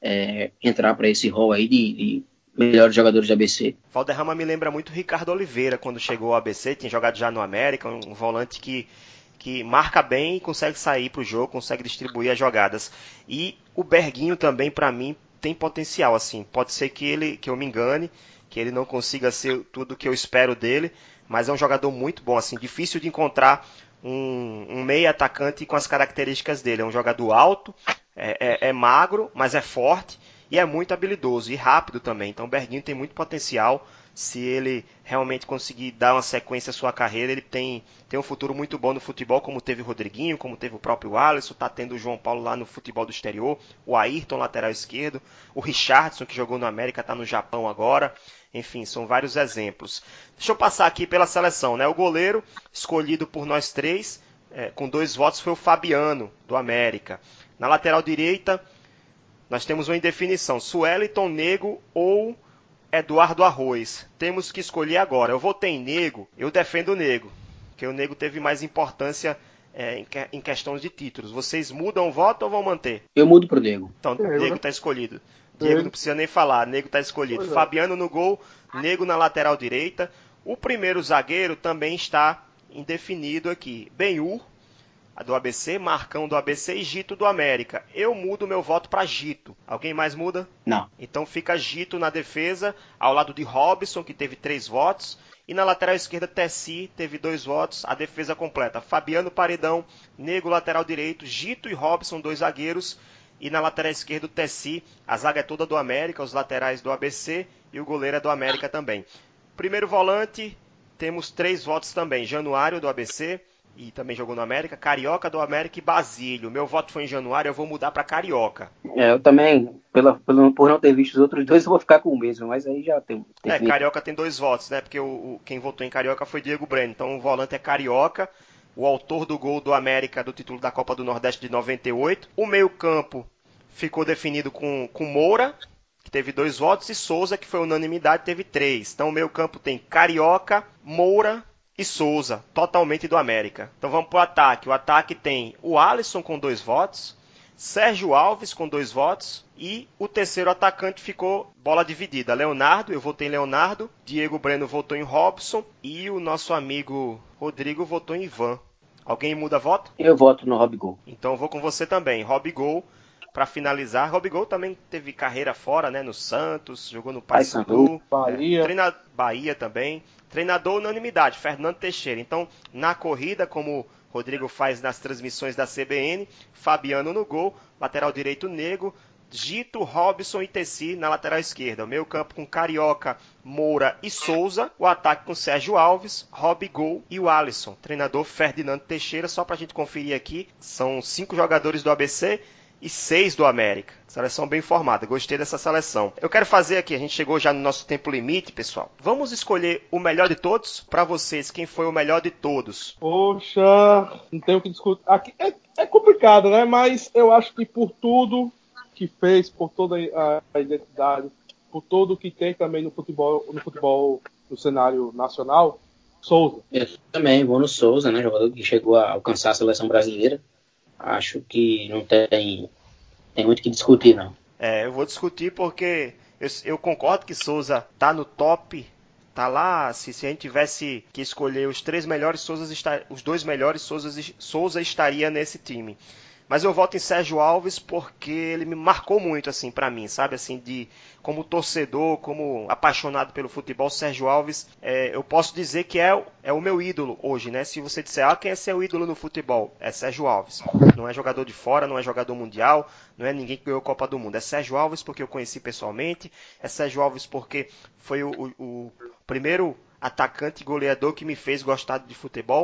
é, entrar para esse rol aí de, de melhores jogadores do A B C. Valderrama me lembra muito o Ricardo Oliveira quando chegou ao A B C, tinha jogado já no América, um volante que, que marca bem e consegue sair para o jogo, consegue distribuir as jogadas. E o Berguinho também, para mim, tem potencial, assim, pode ser que, ele, que eu me engane, que ele não consiga ser tudo o que eu espero dele, mas é um jogador muito bom, assim, difícil de encontrar um, um meio atacante com as características dele. É um jogador alto, é, é, é magro, mas é forte e é muito habilidoso e rápido também. Então o Berguinho tem muito potencial. Se ele realmente conseguir dar uma sequência à sua carreira, ele tem, tem um futuro muito bom no futebol, como teve o Rodriguinho, como teve o próprio Alisson, está tendo o João Paulo lá no futebol do exterior, o Ayrton, lateral esquerdo, o Richardson, que jogou no América, está no Japão agora. Enfim, são vários exemplos. Deixa eu passar aqui pela seleção, né? O goleiro escolhido por nós três, é, com dois votos, foi o Fabiano, do América. Na lateral direita, nós temos uma indefinição, Sueliton, Nego ou Eduardo Arroz. Temos que escolher agora. Eu votei em Nego, eu defendo o Nego, porque o Nego teve mais importância é, em, que, em questões de títulos. Vocês mudam o voto ou vão manter? Eu mudo pro Nego. Então, o Nego está escolhido. Diego não precisa nem falar, Nego está escolhido. Pois é. Fabiano no gol, Nego na lateral direita. O primeiro zagueiro também está indefinido aqui. Benhur, do A B C, Marcão do A B C e Gito do América. Eu mudo meu voto para Gito. Alguém mais muda? Não. Então fica Gito na defesa, ao lado de Robson, que teve três votos. E na lateral esquerda, Tessi teve dois votos. A defesa completa. Fabiano Paredão, Nego lateral direito, Gito e Robson, dois zagueiros. E na lateral esquerda, o Tessi, a zaga é toda do América, os laterais do A B C e o goleiro é do América também. Primeiro volante, temos três votos também. Januário, do A B C, e também jogou no América. Carioca, do América e Basílio. Meu voto foi em Januário, eu vou mudar para Carioca. É, eu também, pela, pela, por não ter visto os outros dois, eu vou ficar com o mesmo, mas aí já tem... tem É, Carioca tem dois votos, né? Porque o, o, quem votou em Carioca foi Diego Breno. Então o volante é Carioca. O autor do gol do América do título da Copa do Nordeste de noventa e oito. O meio-campo ficou definido com, com Moura, que teve dois votos, e Souza, que foi unanimidade, teve três. Então o meio-campo tem Carioca, Moura e Souza, totalmente do América. Então vamos para o ataque. O ataque tem o Alisson com dois votos, Sérgio Alves com dois votos, e o terceiro atacante ficou bola dividida. Leonardo, eu votei em Leonardo, Diego Breno votou em Robson, e o nosso amigo Rodrigo votou em Ivan. Alguém muda voto? Eu voto no Robigol. Então eu vou com você também. Robigol, para finalizar. Robigol também teve carreira fora, né? No Santos, jogou no Paysandu. Bahia. É, treina... Bahia também. Treinador unanimidade, Fernando Teixeira. Então, na corrida, como o Rodrigo faz nas transmissões da C B N, Fabiano no gol, lateral direito Nego, Gito, Robson e Tessi na lateral esquerda. O meio campo com Carioca, Moura e Souza. O ataque com Sérgio Alves, Robigol e o Alisson. Treinador Fernando Teixeira. Só para a gente conferir aqui, são cinco jogadores do A B C e seis do América. Seleção bem formada. Gostei dessa seleção. Eu quero fazer aqui, a gente chegou já no nosso tempo limite, pessoal. Vamos escolher o melhor de todos? Para vocês, quem foi o melhor de todos? Poxa, não tenho o que discutir. Aqui é, é complicado, né? Mas eu acho que por tudo que fez, por toda a, a identidade, por tudo que tem também no futebol, no futebol, no cenário nacional, Souza. Eu também vou no Souza, né? Jogador que chegou a alcançar a seleção brasileira. Acho que não tem, tem muito o que discutir, não. É, eu vou discutir porque eu, eu concordo que Souza tá no top, tá lá. Se, se a gente tivesse que escolher os três melhores, Souza está, os dois melhores, Souza, Souza estaria nesse time. Mas eu voto em Sérgio Alves porque ele me marcou muito, assim, pra mim, sabe? Assim, de, como torcedor, como apaixonado pelo futebol, Sérgio Alves, é, eu posso dizer que é, é o meu ídolo hoje, né? Se você disser, ah, quem é seu ídolo no futebol? É Sérgio Alves. Não é jogador de fora, não é jogador mundial, não é ninguém que ganhou a Copa do Mundo. É Sérgio Alves porque eu conheci pessoalmente, é Sérgio Alves porque foi o, o, o primeiro atacante e goleador que me fez gostar de futebol.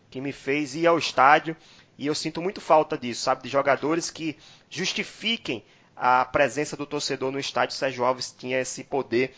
que me fez ir ao estádio, e eu sinto muito falta disso, sabe? De jogadores que justifiquem a presença do torcedor no estádio. Sérgio Alves tinha esse poder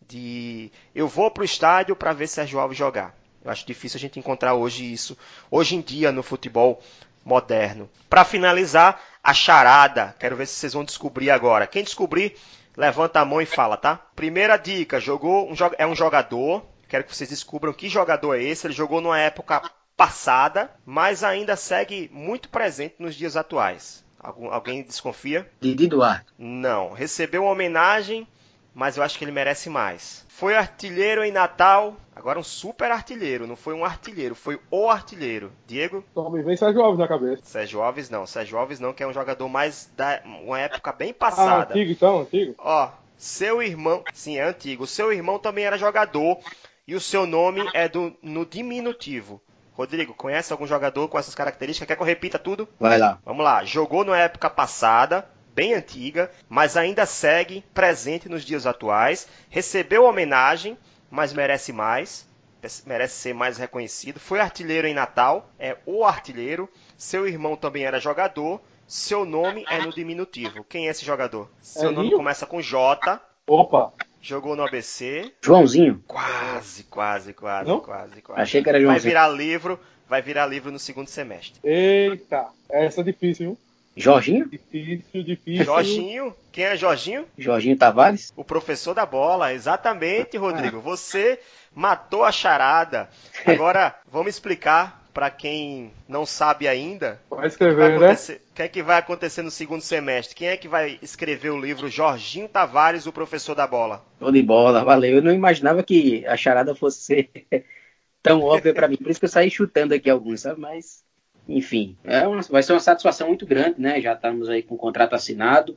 de... eu vou pro estádio para ver Sérgio Alves jogar. Eu acho difícil a gente encontrar hoje isso, hoje em dia, no futebol moderno. Para finalizar, a charada. Quero ver se vocês vão descobrir agora. Quem descobrir, levanta a mão e fala, tá? Primeira dica, jogou um, é um jogador. Quero que vocês descubram que jogador é esse. Ele jogou numa época passada, mas ainda segue muito presente nos dias atuais. Algum, alguém desconfia? Didi Duarte. Não. Recebeu uma homenagem, mas eu acho que ele merece mais. Foi artilheiro em Natal. Agora um super artilheiro. Não foi um artilheiro, foi o artilheiro. Diego? Só me vem Sérgio Alves na cabeça. Sérgio Alves não. Sérgio Alves não, que é um jogador mais da uma época bem Ah, passada. antigo então, antigo. Ó, seu irmão... Sim, é antigo. Seu irmão também era jogador e o seu nome é do, no diminutivo. Rodrigo, conhece algum jogador com essas características? Quer que eu repita tudo? Vai lá. Vamos lá. Jogou na época passada, bem antiga, mas ainda segue presente nos dias atuais. Recebeu homenagem, mas merece mais. Merece ser mais reconhecido. Foi artilheiro em Natal, é o artilheiro. Seu irmão também era jogador. Seu nome é no diminutivo. Quem é esse jogador? Seu É nome Rio? começa com J. Opa! Jogou no A B C. Joãozinho. Quase, quase, quase, Não? quase, quase. Achei que era Vai Joãozinho. virar livro, vai virar livro no segundo semestre. Eita! Essa é difícil, viu? Jorginho? Difícil, difícil. Jorginho, quem é Jorginho? Jorginho Tavares? O professor da bola, exatamente, Rodrigo. Você matou a charada. Agora, vamos explicar para quem não sabe ainda. Vai Vai escrever, né? acontecer- O que é que vai acontecer no segundo semestre? Quem é que vai escrever o livro Jorginho Tavares, o professor da bola? Show de bola, valeu. Eu não imaginava que a charada fosse ser tão óbvia pra mim. Por isso que eu saí chutando aqui alguns, sabe? Mas, enfim, é uma- vai ser uma satisfação muito grande, né? Já estamos aí com o contrato assinado.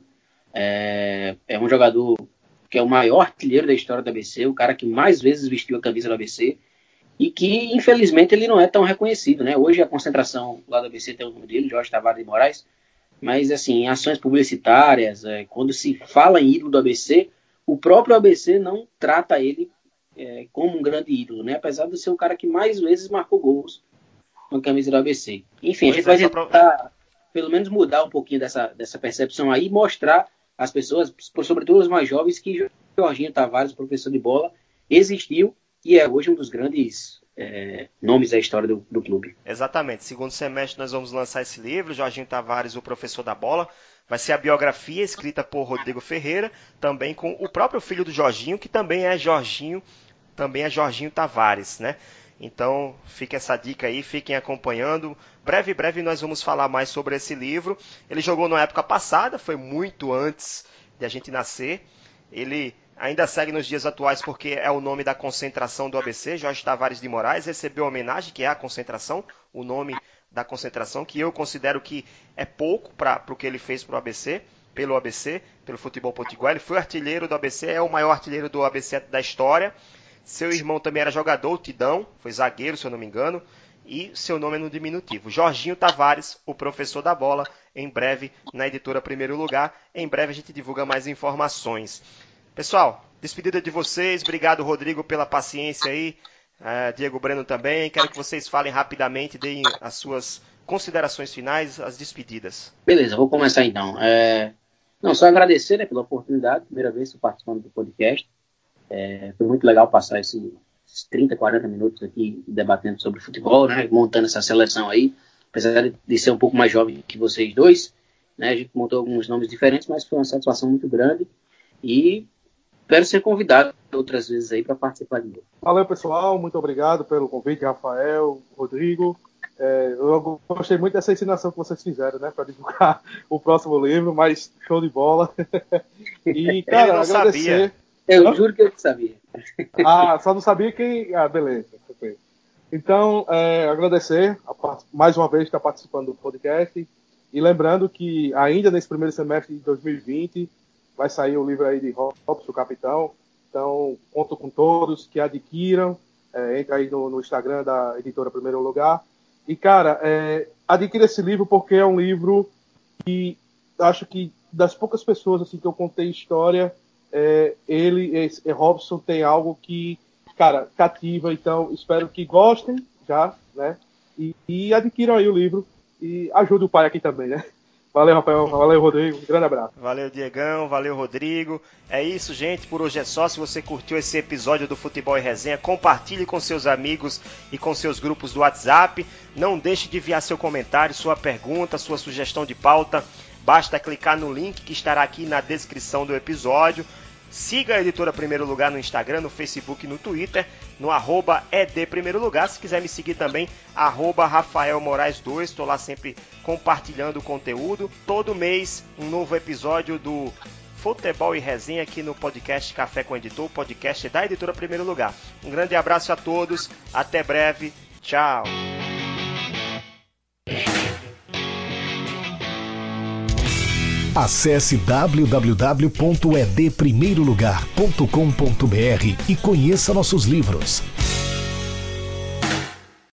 É, é um jogador que é o maior artilheiro da história do A B C, o cara que mais vezes vestiu a camisa do A B C e que, infelizmente, ele não é tão reconhecido, né? Hoje a concentração lá do A B C tem o nome dele, Jorge Tavares de Moraes, mas, assim, em ações publicitárias, é, quando se fala em ídolo do A B C, o próprio A B C não trata ele é, como um grande ídolo, né? Apesar de ser o cara que mais vezes marcou gols com a camisa do A B C. Enfim, a Pois gente é, vai só pra- tentar, pelo menos, mudar um pouquinho dessa, dessa percepção aí e mostrar às pessoas, sobretudo os mais jovens, que Jorginho Tavares, professor de bola, existiu e é hoje um dos grandes é, nomes da história do, do clube. Exatamente. Segundo semestre nós vamos lançar esse livro, Jorginho Tavares, o professor da bola. Vai ser a biografia escrita por Rodrigo Ferreira, também com o próprio filho do Jorginho, que também é Jorginho, também é Jorginho Tavares, né? Então, fica essa dica aí, fiquem acompanhando. Breve, breve nós vamos falar mais sobre esse livro. Ele jogou na época passada, foi muito antes de a gente nascer. Ele ainda segue nos dias atuais porque é o nome da concentração do A B C. Jorge Tavares de Moraes recebeu homenagem, que é a concentração, o nome da concentração, que eu considero que é pouco para o que ele fez para o A B C, pelo A B C, pelo futebol potiguar. Ele foi artilheiro do A B C, é o maior artilheiro do A B C da história. Seu irmão também era jogador, o Tidão, foi zagueiro, se eu não me engano, e seu nome é no diminutivo. Jorginho Tavares, o professor da bola, em breve na editora Primeiro Lugar. Em breve a gente divulga mais informações. Pessoal, despedida de vocês. Obrigado, Rodrigo, pela paciência aí. Uh, Diego Breno também. Quero que vocês falem rapidamente, deem as suas considerações finais, as despedidas. Beleza, vou começar então. É... Não, só agradecer, né, pela oportunidade, primeira vez que estou participando do podcast. É... Foi muito legal passar esse, esses trinta, quarenta minutos aqui debatendo sobre futebol, né, montando essa seleção aí. Apesar de ser um pouco mais jovem que vocês dois, né, a gente montou alguns nomes diferentes, mas foi uma satisfação muito grande e espero ser convidado outras vezes aí para participar de novo. Valeu, pessoal. Muito obrigado pelo convite, Rafael, Rodrigo. É, eu gostei muito dessa ensinação que vocês fizeram, né, para divulgar o próximo livro, mas show de bola. E, cara, Ele não agradecer. sabia. Eu Hã? juro que eu não sabia. Ah, só não sabia quem. Ah, beleza. Perfeito. Então, é, agradecer a part... mais uma vez estar participando do podcast. E lembrando que ainda nesse primeiro semestre de dois mil e vinte vai sair o livro aí de Robson, o Capitão. Então, conto com todos que adquiram. É, entra aí no, no Instagram da editora Primeiro Lugar. E, cara, é, adquira esse livro porque é um livro que acho que das poucas pessoas assim, que eu contei história, é, ele, esse, Robson, tem algo que, cara, cativa. Então, espero que gostem já, né? E, e adquiram aí o livro e ajude o pai aqui também, né? Valeu, Rafael. Valeu, Rodrigo. Um grande abraço. Valeu, Diegão. Valeu, Rodrigo. É isso, gente. Por hoje é só. Se você curtiu esse episódio do Futebol e Resenha, compartilhe com seus amigos e com seus grupos do WhatsApp. Não deixe de enviar seu comentário, sua pergunta, sua sugestão de pauta. Basta clicar no link que estará aqui na descrição do episódio. Siga a Editora Primeiro Lugar no Instagram, no Facebook e no Twitter, no arroba edprimeirolugar. Se quiser me seguir também, arroba Rafael Moraes dois. Estou lá sempre compartilhando o conteúdo. Todo mês, um novo episódio do Futebol e Resenha aqui no podcast Café com Editor, podcast da Editora Primeiro Lugar. Um grande abraço a todos, até breve, tchau! Acesse w w w ponto e d primeiro lugar ponto com ponto b r e conheça nossos livros.